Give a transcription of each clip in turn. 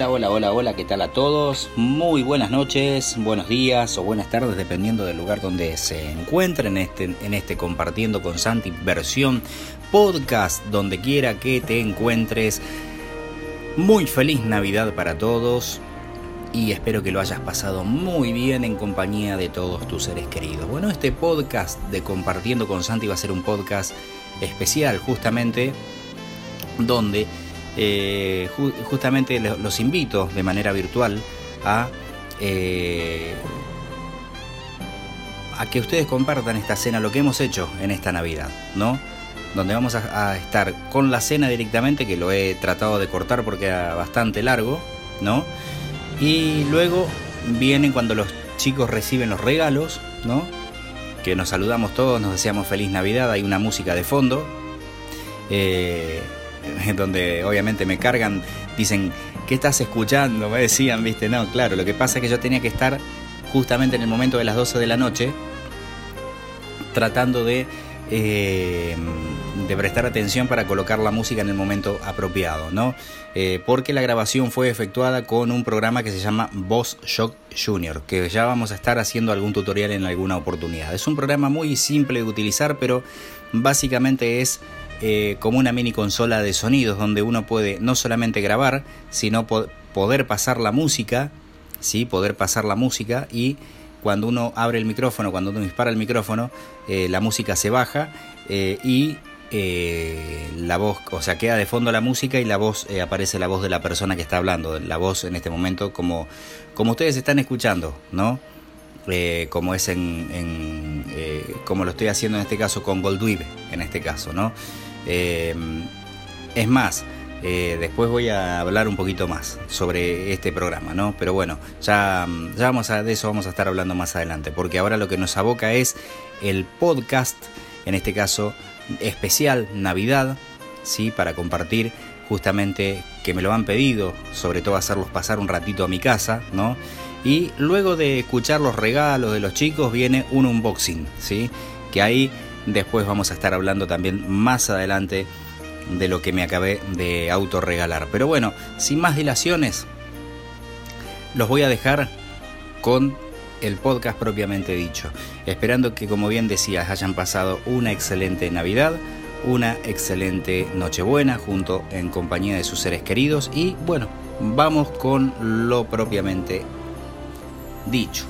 hola, hola, hola, ¿qué tal a todos? Muy buenas noches, buenos días o buenas tardes, dependiendo del lugar donde se encuentren en este Compartiendo con Santi versión podcast, donde quiera que te encuentres. Muy feliz Navidad para todos y espero que lo hayas pasado muy bien en compañía de todos tus seres queridos. Bueno, este podcast de Compartiendo con Santi va a ser un podcast especial, justamente donde justamente los invito de manera virtual a que ustedes compartan esta cena, lo que hemos hecho en esta Navidad, ¿no? Donde vamos a estar con la cena directamente, que lo he tratado de cortar porque era bastante largo, ¿no? Y luego vienen cuando los chicos reciben los regalos, ¿no? Que nos saludamos todos, nos deseamos feliz Navidad, hay una música de fondo, donde obviamente me cargan, dicen, ¿qué estás escuchando? Me decían, ¿viste? No, claro, lo que pasa es que yo tenía que estar justamente en el momento de las 12 de la noche tratando de prestar atención para colocar la música en el momento apropiado, ¿no? Porque la grabación fue efectuada con un programa que se llama VozShock Junior, que ya vamos a estar haciendo algún tutorial en alguna oportunidad. Es un programa muy simple de utilizar, pero básicamente es como una mini consola de sonidos donde uno puede no solamente grabar, sino poder pasar la música, ¿sí? Poder pasar la música, y cuando uno abre el micrófono, cuando uno dispara el micrófono, la música se baja y la voz, o sea, queda de fondo la música y la voz, aparece la voz de la persona que está hablando, la voz en este momento como ustedes están escuchando, ¿no? Como es como lo estoy haciendo en este caso con Goldwave, en este caso, ¿no? Es más, después voy a hablar un poquito más sobre este programa, ¿no? Pero bueno, ya de eso vamos a estar hablando más adelante, porque ahora lo que nos aboca es el podcast, en este caso especial Navidad, ¿sí? Para compartir, justamente, que me lo han pedido, sobre todo hacerlos pasar un ratito a mi casa, ¿no? Y luego de escuchar los regalos de los chicos viene un unboxing, ¿sí? Que ahí después vamos a estar hablando también más adelante de lo que me acabé de autorregalar. Pero bueno, sin más dilaciones, los voy a dejar con el podcast propiamente dicho, esperando que, como bien decías, hayan pasado una excelente Navidad, una excelente Nochebuena en compañía de sus seres queridos. Y bueno, vamos con lo propiamente dicho.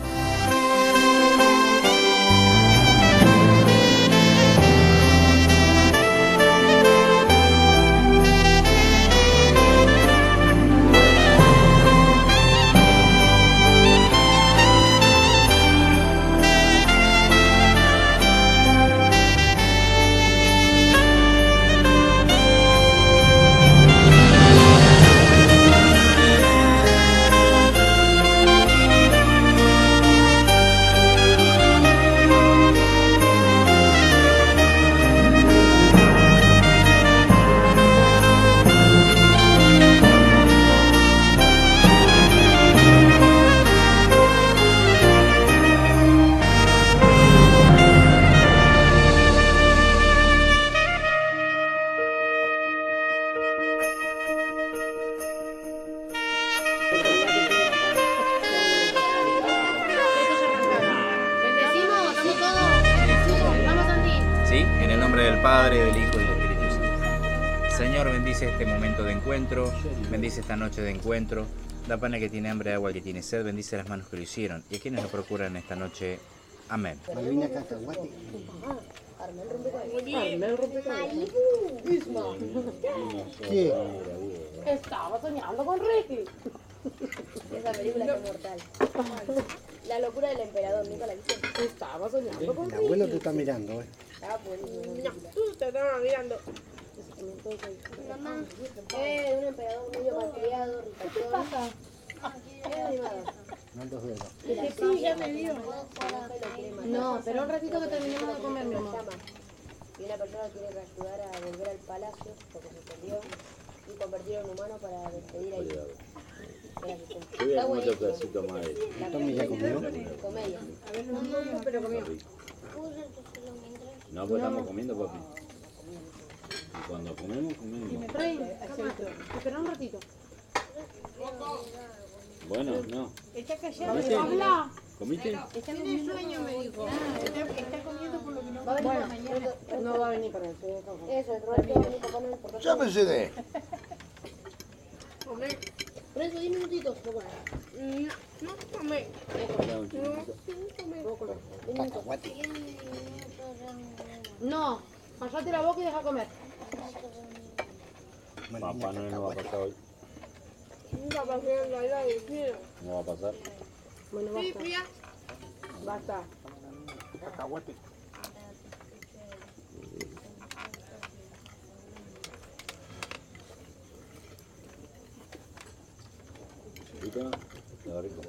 Señor, bendice este momento de encuentro, bendice esta noche de encuentro, da pan al que tiene hambre, agua al que tiene sed, bendice las manos que lo hicieron y a quienes lo procuran esta noche. Amén. ¿Qué? Estaba soñando con Ricky. Esa película es mortal. La locura del emperador, ¿nunca la viste? Estaba soñando con El Ricky. abuelo te está mirando, Estaba buenísimo. No, tú te estabas mirando. Mamá, un emperador medio malcriado, ricachón. ¿Qué pasa? Es animado. no dos dedos. Sí, ya me dio. No, pero un ratito que terminemos de comer, mi amor. Y una persona quiere ayudar a volver al palacio porque se perdió y convertirlo en humano para despedir a Dios. Yo voy a comer otro pedacito más de ¿Tommy ya comió? Comedia. A ver, no, pero comió. No, pues estamos comiendo, papi. Y cuando comemos, Rey, espera un ratito. Bueno, no. Está callado. ¿Comiste? Habla. ¿Comiste? Tiene sueño, me dijo. Está comiendo por lo que no Va a venir mañana. No va a venir para eso. Eso, el Roberto va a venir Papá Noel por Ya me cené. Comer. Por eso 10 minutitos, no comer. No comer. No, callate la boca y deja comer. Papá no va a pasar hoy. Nunca pasé la edad de quiero. No va a pasar. Bueno, Sí, basta. fría. Basta. Cacahuate. ¿Rico? Está rico.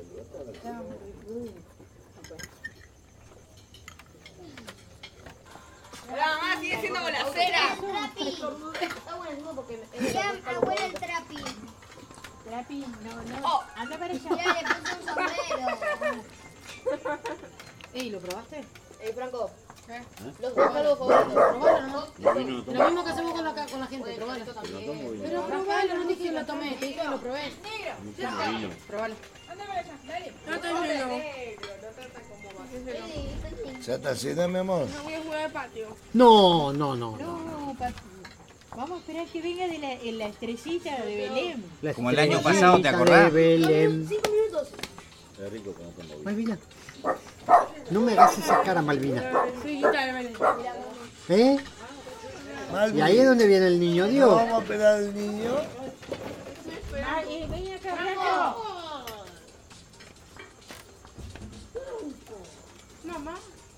Mamá, sigue siendo bolacera. Está buenísimo porque Abuela el trapi. Trapi, no. Anda para allá. Ya le puse un sombrero. Ey, ¿lo probaste? Franco, ¿Qué? los dos calvos favoritos. Probalo nomás. Yo vino, no Lo tomo. mismo que hacemos con la gente, probalo. No tomo vino. Pero probalo, no dije que lo tomé, te dije que lo probé. No tomo vino. Probalo. No estoy ¿Ya está cena, mi amor? No voy a jugar al patio. No. No, papi. Vamos a esperar que venga de la estrellita de Belén. La Como el año estrellita pasado, ¿te acordás? de Belén. 5 minutos. Es rico, pero no tomo vino. Malvina, no me hagas esa cara, Malvina. Estrellita de Belén. ¿Eh? Malvin, ¿Y ahí es donde viene el niño ¿no Dios? vamos a esperar al niño? Ven acá, Franco. Mamá.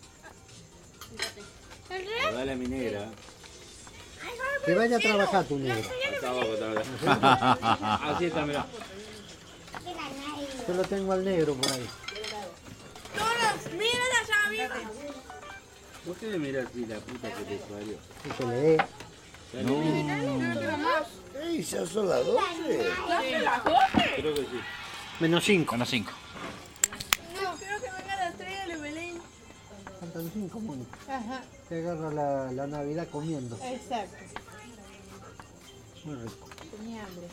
Dale a mi negra. Que vaya a trabajar tu negro. Acá abajo está. Así está, mirá. Yo lo tengo al negro por ahí. Todos, miren allá, miren. ¿Por qué me miras así la puta que te parió? Y que le dé. ¡Ey, ya son las 12! Creo que sí. Menos 5. Con los 5. No, creo que venga la estrella de Belén. Faltan 5, Mónica. Ajá, Se agarra la Navidad comiendo. exacto. Muy rico. Tenía hambre.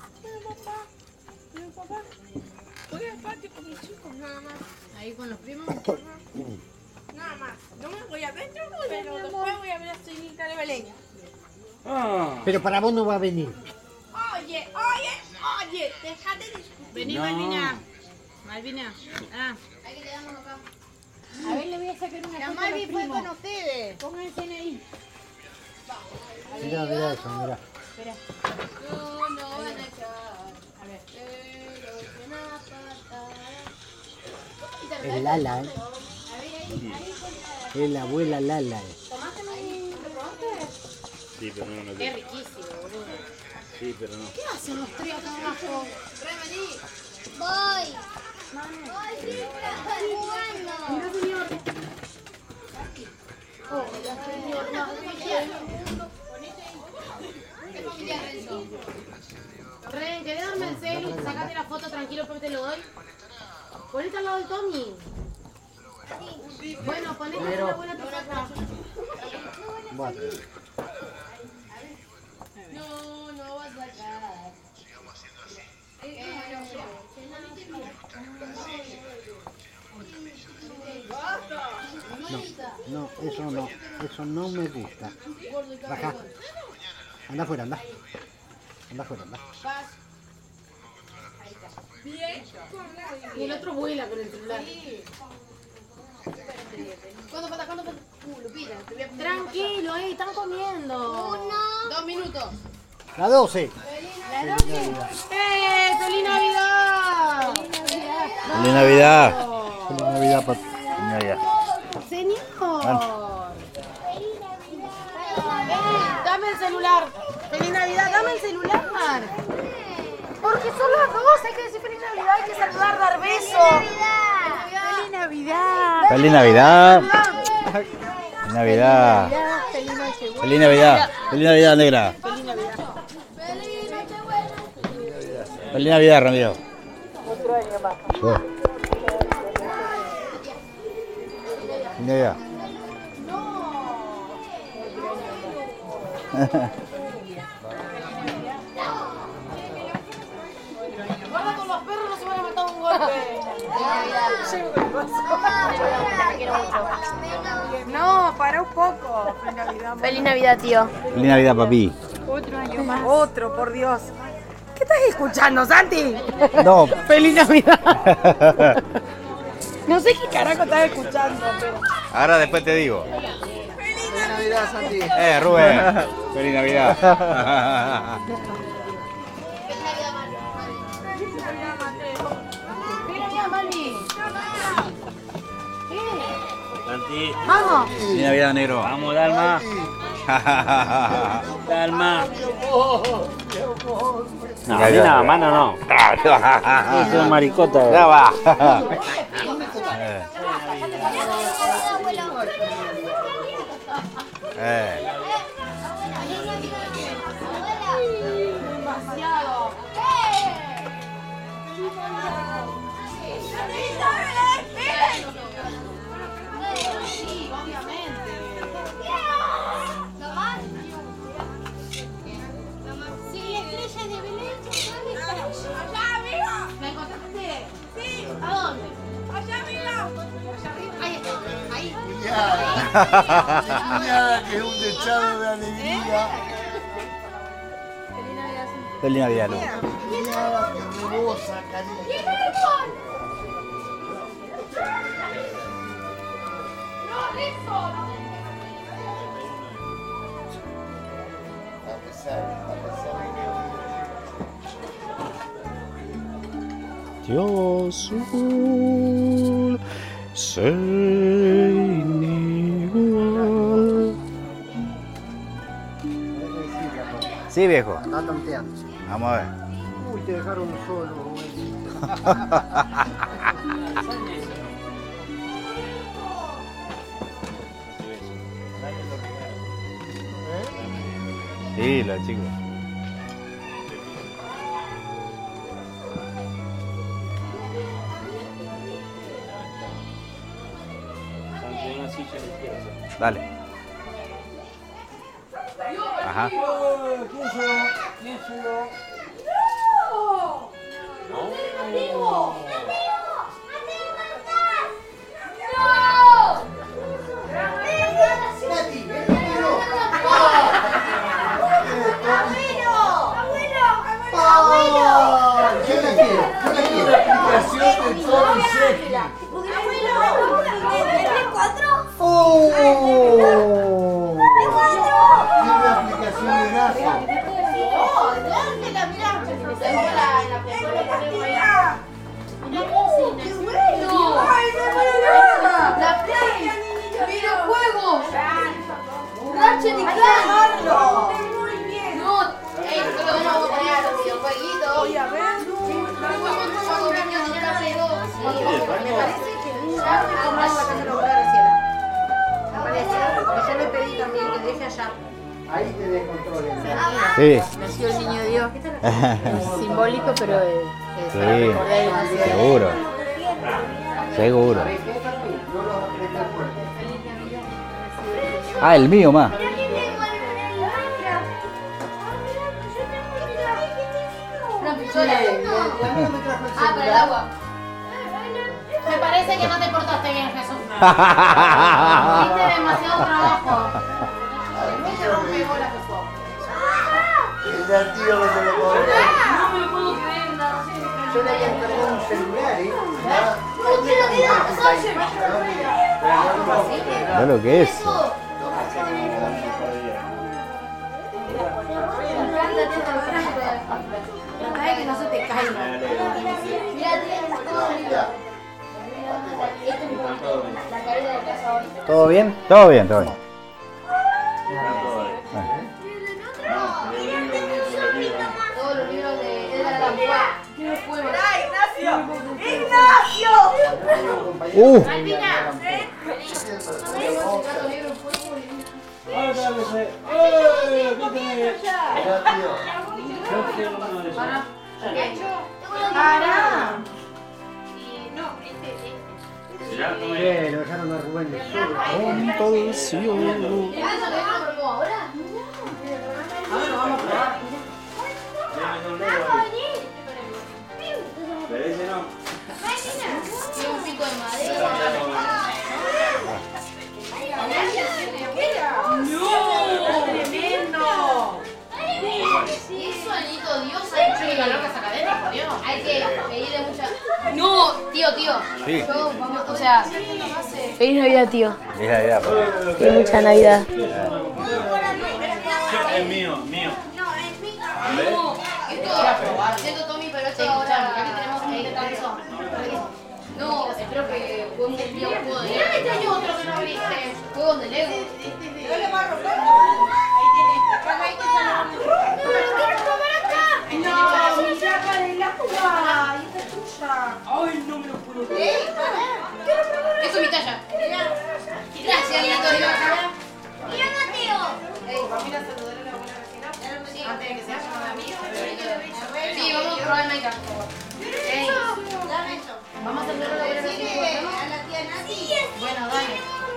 Pero papá, voy al patio con mis chicos nada más. ¿Ahí con los primos? Nada más. No me voy adentro, pero después voy a ver a Estrellita de Belén. Pero para vos no va a venir. Oye, déjate de discutir. Vení, No. Malvina. Ah, Hay que quedarnos acá. a ver, le voy a sacar una La foto a Malvi los fue primos. con ustedes. Pónganse ahí. Mirá eso, mirá. Espera. No van a echar. A ver. Pero es una patada. Es Lala, ¿eh? Es la abuela Lala. Sí, pero no, no. Qué riquísimo, boludo. Sí, pero no. ¿Qué hacen los tres acá abajo? Voy. Voy, sí, estoy jugando. Mira, señor. Ren, ¿querés darme el celu? Sacate la foto tranquilo, porque te lo doy. Ponete al lado del Tommy. Bueno, ponete a la abuela tu saca. Bueno, No vas a sacar. no, eso no me gusta. Baja. Anda afuera, anda. Anda afuera, anda. Y el otro vuela con el celular. ¿Cuánto falta? Lupita, te voy a poner. Tranquilo, están comiendo. 2 minutos. La 12. ¡Feliz Navidad! ¡Feliz Navidad! Feliz Navidad, papi. ¡Feliz Navidad! Señor. Dame el celular. ¡Feliz Navidad! ¡Dame el celular! Porque son las 2, hay que decir Feliz Navidad, hay que saludar, dar besos. ¡Feliz Navidad! ¡Feliz Navidad! ¡Feliz Navidad! ¡Feliz Navidad! ¡Feliz Navidad, negra! ¡Feliz Navidad, Ramiro! Otro año más. ¡Feliz Navidad! No, para un poco. Feliz Navidad. Feliz Navidad, tío. Feliz Navidad, papi. Otro año más. Otro, por Dios. ¿Qué estás escuchando, Santi? No. Feliz Navidad. No sé qué carajo estás escuchando, pero... Ahora después te digo. Feliz Navidad, Santi. Rubén. Feliz Navidad. Santi. Vamos. Feliz Navidad, negro. Vamos, Dalma. Dalma. No, a mí nada más no. Es una maricota. Ya va. Sí, estrella de Belén. ¡Allá arriba! ¿Me encontraste? Sí. ¿A dónde? ¡Allá arriba! Ahí está. Ahí. Mira, que es un dechado de alegría. Feliz Navidad, Lu. Mira, que rebosa, cariño. A pesar. Dios dulce inigual. Sí, viejo. Está tonteando. Vamos a ver. Uy, te dejaron solo. Sí, los chicos. Dale. Ajá. Ahí te descontrolen. Sí. Nació el niño Dios. Es simbólico, pero es Sí, recordar el nacimiento. seguro. Seguro. Ah, el mío más. Una pistola. Ah, para el agua. Me parece que no te portaste bien, Jesús. Hiciste demasiado trabajo. Me rompe bola, Jesús. El tío no se lo puedo creer. No me lo puedo creer, no sé. Yo le había encargado un celular, ¿eh? ¿Sabes lo que es? Trata de que no se te caiga. ¿Todo bien? Todo bien, todo bien. Todos los libros de Edgar Allan Poe. Malvina. Lo dejaron a Rubén solo. Pero ese no. Tiene un pico de madera. ¡No! ¡Tremendo! Eso, Anito, Dios, hay que calor que esa cadena, por Dios. Hay que pedirle mucha. No, tío. Sí. Yo, vamos, o sea, feliz Navidad, tío. Mira, ya, papá. Y mucha Navidad. Es mío. Siento Tommy, pero esto ahora que tenemos que ir a eso. No, espero que juguemos un día un juego de Lego. Este año otro que no abriste. Juegos de Lego. No le va a romper. No, mi chapa del agua. Y esta es tuya. Ay, no me lo puedo creer. Eso es mi talla. Gracias, Antonio. Mira, Mateo. Mira, saludar a la buena vecina. Antes de que se vayan a mí. Sí, vamos a probar Minecraft. Dame eso. Vamos a saludar a la buena vecina. A la tía Nati. Bueno, dale.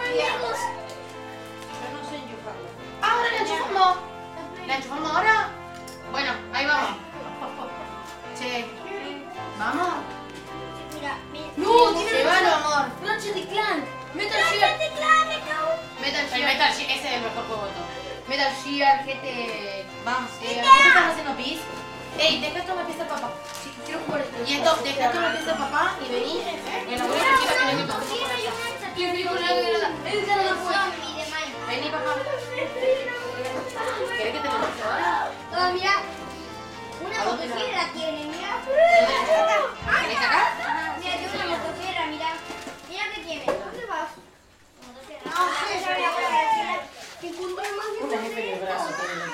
Yo no sé enchufarlo. Ahora la enchufamos. ¿La enchufamos ahora? Bueno, ahí vamos. Che. ¿Vamos? Mira, No, tiene Llévalo, amor. Ratchet Clank. Metal Gear. Metal Gear. Ese es el mejor juego de todo. Metal Gear, GT. Vamos, ¿vos estás haciendo pis? Ey, deja esto me pieza el papá. Sí, quiero jugar esto. Y esto, deja esto me pieza el papá y vení. En la buena chica tiene que tomar. Y película de verdad. Él ya no lo puede. Vení, papá. ¿Querés que te lo muestre ahora? Oh, mira. Una motosierra tiene, mira. ¿Querés acá? Mira, tiene una motosierra, mira. Mira que tiene. ¿Dónde vas? No, que junto más de Jefe de brazo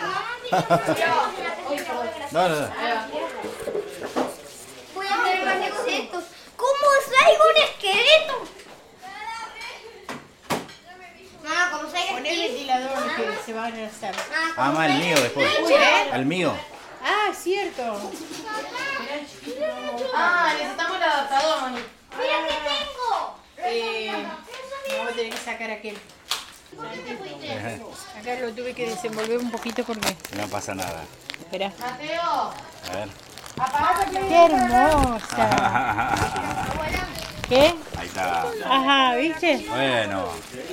No. voy a hacer más de estos. ¿Cómo salgo un esqueleto? No, como salga Pon el ventilador que se van a hacer. Ah, más el mío después. El mío. Ah, cierto. Ah, necesitamos el adaptador, mami. Mira que tengo. Vamos a tener que sacar aquel. Acá lo tuve que desenvolver un poquito porque. No pasa nada. Espera. Mateo. A ver. ¡Qué hermosa! ¿Qué? Ahí está. Ajá, ¿viste? Bueno.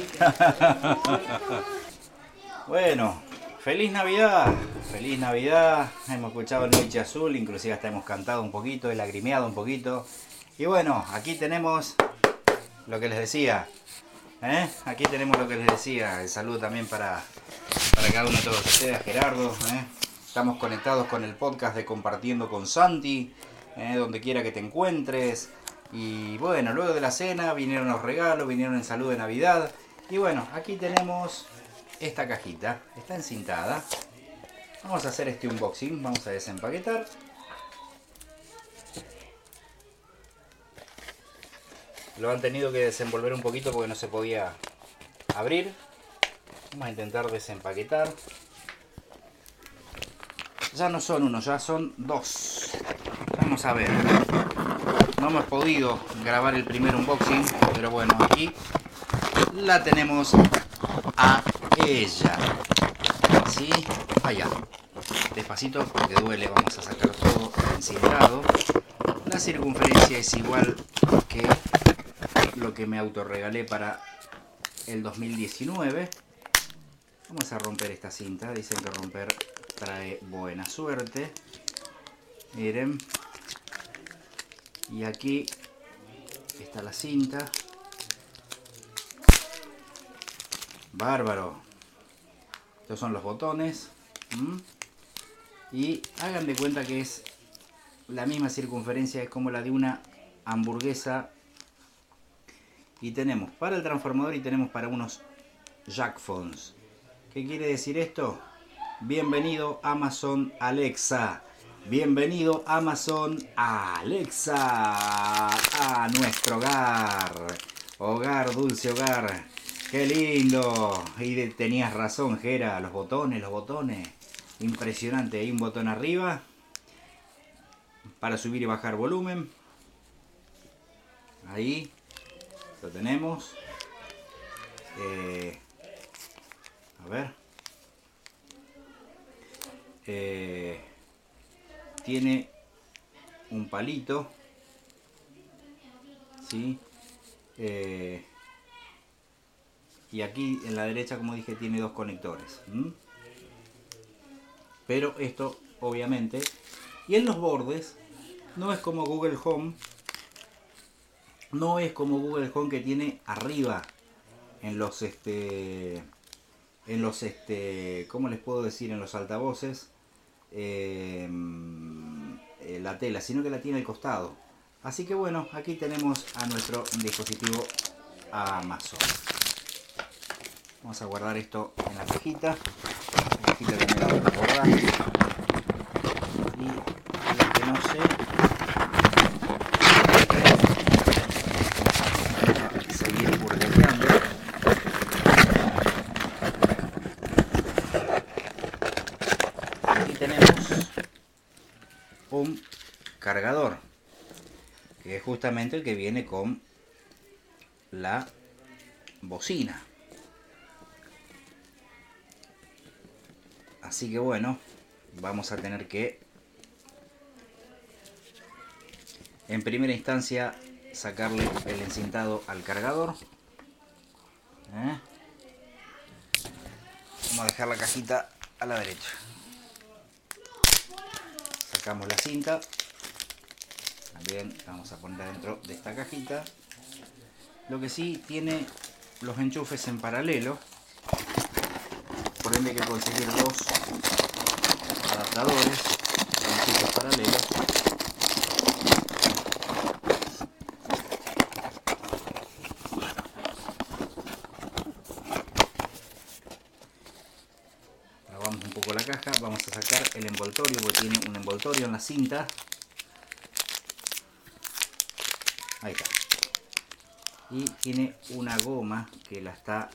Bueno. Feliz Navidad. Feliz Navidad. Hemos escuchado el Noche Azul. Inclusive hasta hemos cantado un poquito, lagrimeado un poquito. Y bueno, aquí tenemos lo que les decía. Aquí tenemos lo que les decía. El saludo también para cada uno de todos ustedes, Gerardo. Estamos conectados con el podcast de Compartiendo con Santi, donde quiera que te encuentres. Y bueno, luego de la cena vinieron los regalos, vinieron el saludo de Navidad. Y bueno, aquí tenemos esta cajita. Está encintada. Vamos a hacer este unboxing. Vamos a desempaquetar. Lo han tenido que desenvolver un poquito porque no se podía abrir. Vamos a intentar desempaquetar. Ya no son uno, ya son dos. Vamos a ver. No hemos podido grabar el primer unboxing, pero bueno, aquí la tenemos a ella. ¿Sí? Allá. Despacito porque duele, vamos a sacar todo encintado. La circunferencia es igual que lo que me autorregalé para el 2019. Vamos a romper esta cinta. Dicen que romper trae buena suerte. Miren. Y aquí está la cinta. Bárbaro. Estos son los botones. Y hagan de cuenta que es la misma circunferencia, es como la de una hamburguesa. Y tenemos para el transformador y tenemos para unos jack phones. ¿Qué quiere decir esto? Bienvenido Amazon Alexa. Bienvenido Amazon Alexa a nuestro hogar. Hogar, dulce hogar. ¡Qué lindo! Y tenías razón, Gera. Los botones. Impresionante. Hay un botón arriba para subir y bajar volumen. Ahí lo tenemos. A ver. Tiene un palito ¿sí? Y aquí en la derecha, como dije, tiene dos conectores. Pero esto, obviamente, y en los bordes, no es como Google Home. No es como Google Home, que tiene arriba en los ¿cómo les puedo decir? En los altavoces, la tela, sino que la tiene al costado. Así que bueno, aquí tenemos a nuestro dispositivo Amazon. Vamos a guardar esto en la cajita. La cajita que me la voy a guardar. Y lo que no sé, vamos a seguir burdeteando. Aquí tenemos un cargador, que es justamente el que viene con la bocina. Así que bueno, vamos a tener que en primera instancia sacarle el encintado al cargador. Vamos a dejar la cajita a la derecha. Sacamos la cinta. También la vamos a poner dentro de esta cajita. Lo que sí, tiene los enchufes en paralelo. Por ende hay que conseguir dos adaptadores de enchufes paralelos. Lavamos un poco la caja. Vamos a sacar el envoltorio, porque tiene un envoltorio en la cinta. Ahí está. Y tiene una goma que la está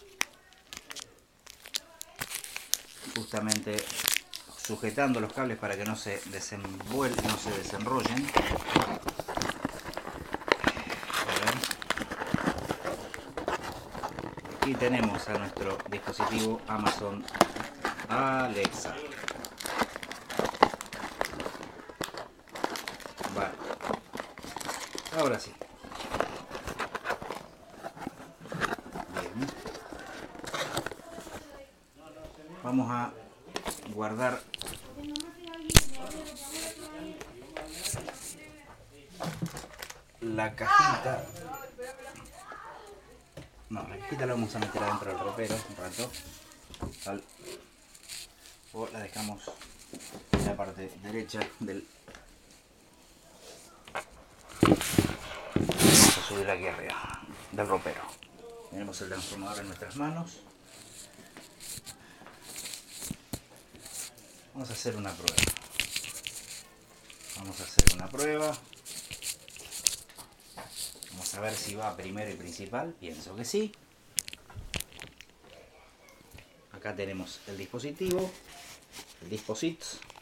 justamente sujetando los cables para que no se desenvuelvan, no se desenrollen. Aquí tenemos a nuestro dispositivo Amazon Alexa. Vale. Ahora sí. Bien. Vamos a guardar la cajita. No, la cajita la vamos a meter adentro del ropero un rato. O la dejamos en la parte derecha del... Vamos a subirla aquí arriba del ropero. Tenemos el transformador en nuestras manos. Vamos a hacer una prueba. Vamos a hacer una prueba. Vamos a ver si va primero y principal. Pienso que sí. Acá tenemos el dispositivo. El disposit.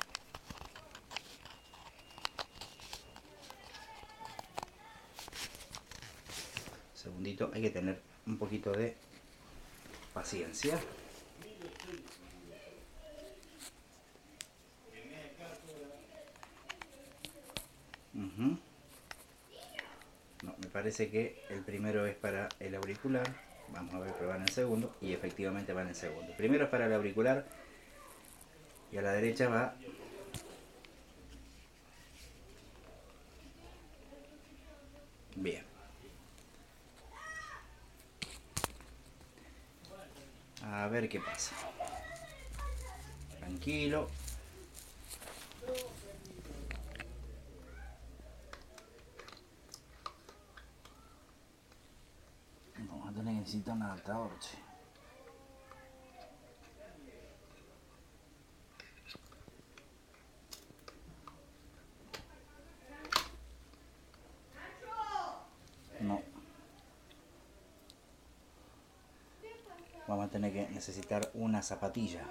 Segundito, hay que tener un poquito de paciencia. No, me parece que el primero es para el auricular. Vamos a ver que va en el segundo. Y efectivamente va en el segundo. Primero es para el auricular. Y a la derecha va... Bien. A ver qué pasa. Tranquilo. Vamos a tener que necesitar un adaptador, che. No. Vamos a tener que necesitar una zapatilla.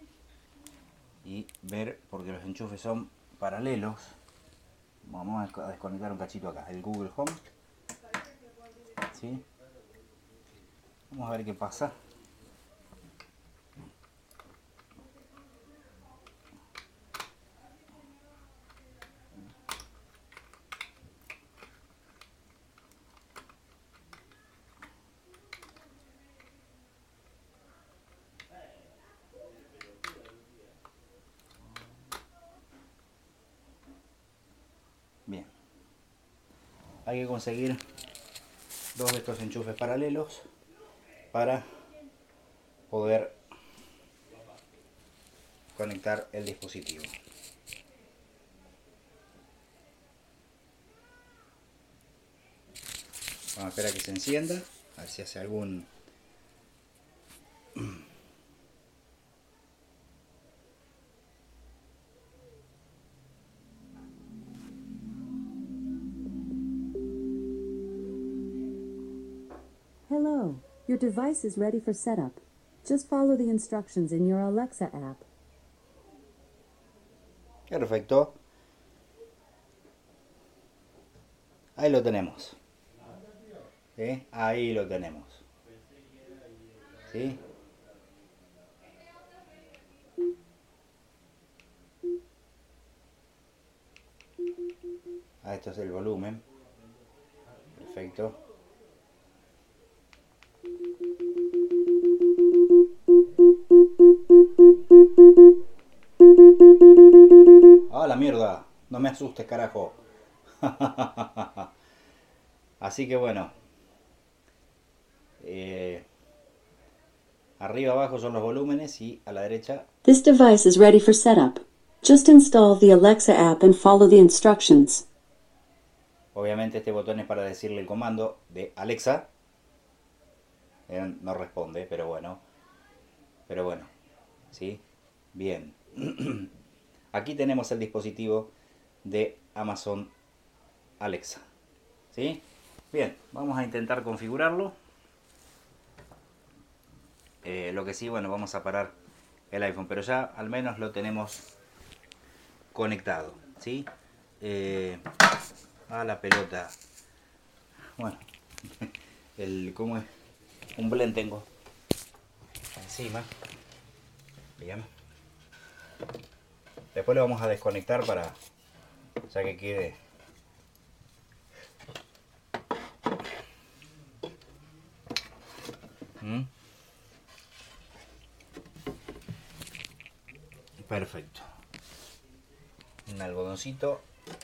Y ver, porque los enchufes son paralelos. Vamos a desconectar un cachito acá. El Google Home. ¿Sí? Vamos a ver qué pasa. hay que conseguir 2 de estos enchufes paralelos para poder conectar el dispositivo. Vamos a esperar a que se encienda, a ver si hace algún... Hello, your device is ready for setup. Just follow the instructions in your Alexa app. Perfecto. Ahí lo tenemos. ¿Sí? Ahí lo tenemos. ¿Sí? Esto es el volumen. Perfecto. ¡Ah, la mierda! No me asustes, carajo. Así que bueno. Arriba abajo son los volúmenes y a la derecha. This device is ready for setup. Just install the Alexa app and follow the instructions. Obviamente este botón es para decirle el comando de Alexa. No responde, pero bueno. ¿Sí? Bien. Aquí tenemos el dispositivo de Amazon Alexa. ¿Sí? Bien, vamos a intentar configurarlo. Lo que sí, bueno, vamos a parar el iPhone, pero ya al menos lo tenemos conectado. ¿Sí? A la pelota. Bueno, ¿cómo es? Un blend tengo encima. Bien. Después lo vamos a desconectar para ya que quede perfecto. Un algodoncito.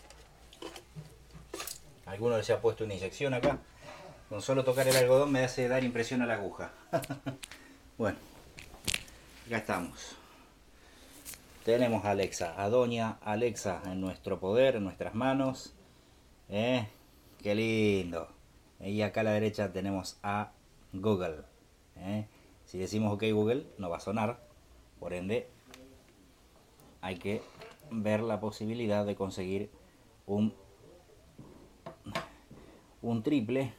Alguno les ha puesto una inyección acá. Con solo tocar el algodón me hace dar impresión a la aguja. Bueno, acá estamos. Tenemos a Alexa, a doña Alexa en nuestro poder, en nuestras manos. Qué lindo. Y acá a la derecha tenemos a Google. Si decimos OK Google no va a sonar. Por ende hay que ver la posibilidad de conseguir un triple,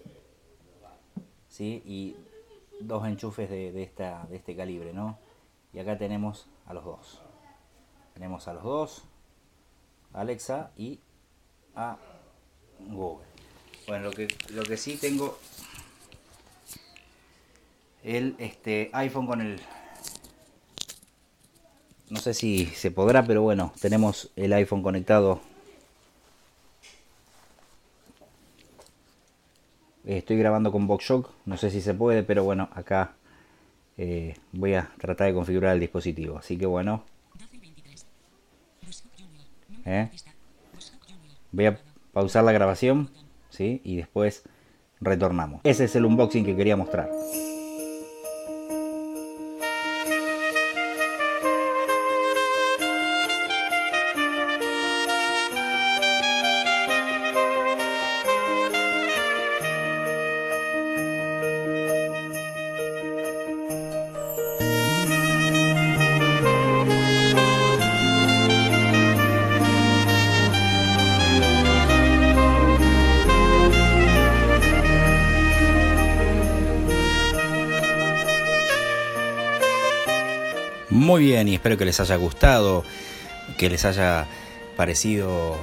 ¿sí? Y 2 enchufes de este calibre, ¿no? Y acá tenemos a los dos. Tenemos a los dos, Alexa y a Google. Bueno, lo que sí tengo el iPhone con el... No sé si se podrá, pero bueno, tenemos el iPhone conectado. Estoy grabando con VoxShock, no sé si se puede, pero bueno, acá voy a tratar de configurar el dispositivo. Así que bueno, voy a pausar la grabación, ¿sí? Y después retornamos. Ese es el unboxing que quería mostrar. Muy bien, y espero que les haya gustado, que les haya parecido,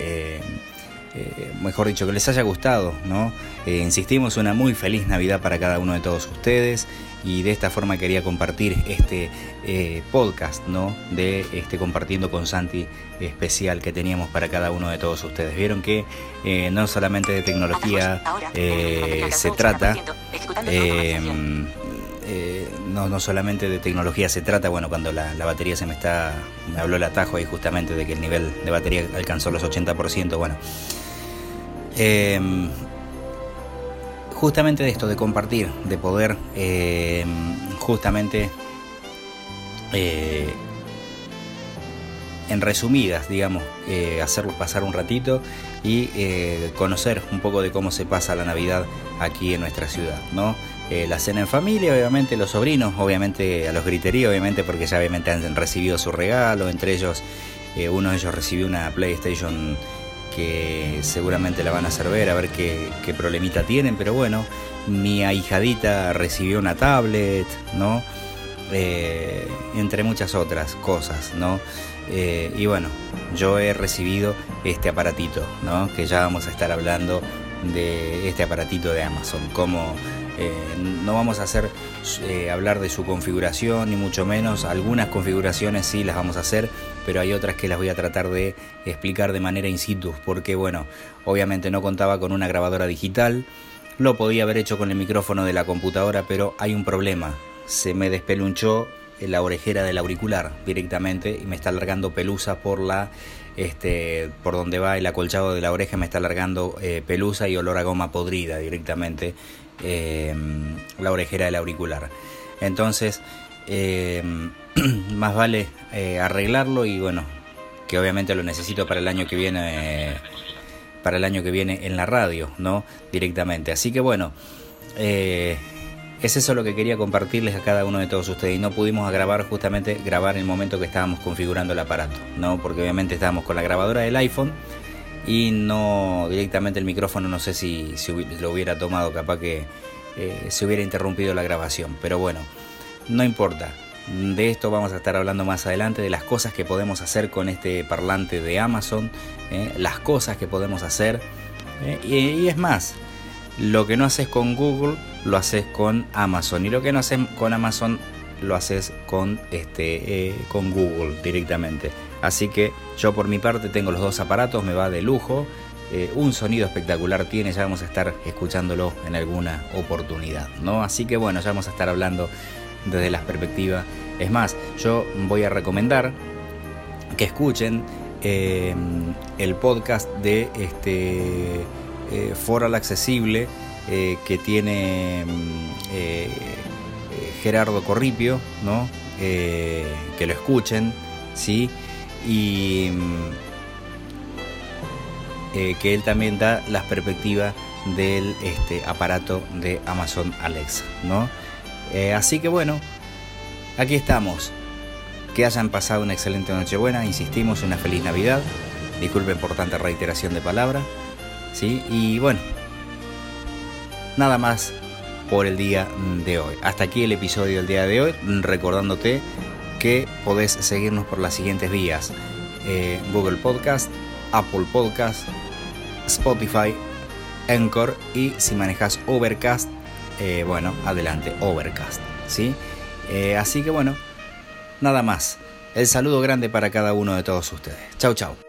mejor dicho, que les haya gustado, ¿no? Insistimos, una muy feliz Navidad para cada uno de todos ustedes, y de esta forma quería compartir este podcast, ¿no? De Compartiendo con Santi especial que teníamos para cada uno de todos ustedes. Vieron que no solamente de tecnología se trata, no solamente de tecnología se trata. Bueno, cuando la batería me habló el atajo ahí justamente de que el nivel de batería alcanzó los 80%, bueno, Justamente de esto, de compartir, de poder justamente en resumidas, digamos, hacerlos pasar un ratito y conocer un poco de cómo se pasa la Navidad aquí en nuestra ciudad, ¿no? La cena en familia, obviamente los sobrinos, obviamente a los griteríos, obviamente porque ya obviamente han recibido su regalo, entre ellos uno de ellos recibió una PlayStation que seguramente la van a hacer ver, a ver qué problemita tienen, pero bueno, mi ahijadita recibió una tablet, ¿no? Entre muchas otras cosas, ¿no? Y bueno, yo he recibido este aparatito, ¿no? Que ya vamos a estar hablando de este aparatito de Amazon, como no vamos a hacer hablar de su configuración ni mucho menos. Algunas configuraciones sí las vamos a hacer, pero hay otras que las voy a tratar de explicar de manera in situ, porque bueno, obviamente no contaba con una grabadora digital, lo podía haber hecho con el micrófono de la computadora, pero hay un problema, se me despelunchó la orejera del auricular directamente y me está largando pelusa por por donde va el acolchado de la oreja, me está largando pelusa y olor a goma podrida directamente la orejera del auricular. Entonces más vale arreglarlo, y bueno, que obviamente lo necesito para el año que viene en la radio, ¿no? Directamente. Así que bueno, es eso lo que quería compartirles a cada uno de todos ustedes, y no pudimos grabar en el momento que estábamos configurando el aparato, ¿no? Porque obviamente estábamos con la grabadora del iPhone y no directamente el micrófono, no sé si lo hubiera tomado, capaz que se hubiera interrumpido la grabación, pero bueno, no importa. De esto vamos a estar hablando más adelante, de las cosas que podemos hacer con este parlante de Amazon, las cosas que podemos hacer, y es más, lo que no haces con Google lo haces con Amazon, y lo que no haces con Amazon lo haces con Google directamente. Así que yo por mi parte tengo los dos aparatos, me va de lujo, un sonido espectacular tiene, ya vamos a estar escuchándolo en alguna oportunidad, ¿no? Así que bueno, ya vamos a estar hablando desde las perspectivas. Es más, yo voy a recomendar que escuchen el podcast de Foro al Accesible que tiene Gerardo Corripio, ¿no? Que lo escuchen, ¿sí? Y que él también da las perspectivas del aparato de Amazon Alexa, ¿no? Así que bueno, aquí estamos. Que hayan pasado una excelente Nochebuena, insistimos, una feliz Navidad. Disculpen por tanta reiteración de palabra, ¿sí? Y bueno, nada más por el día de hoy. Hasta aquí el episodio del día de hoy, recordándote que podés seguirnos por las siguientes vías: Google Podcast, Apple Podcast, Spotify, Anchor, y si manejas Overcast, bueno, adelante, Overcast, ¿sí? Así que bueno, nada más. El saludo grande para cada uno de todos ustedes. Chau, chau.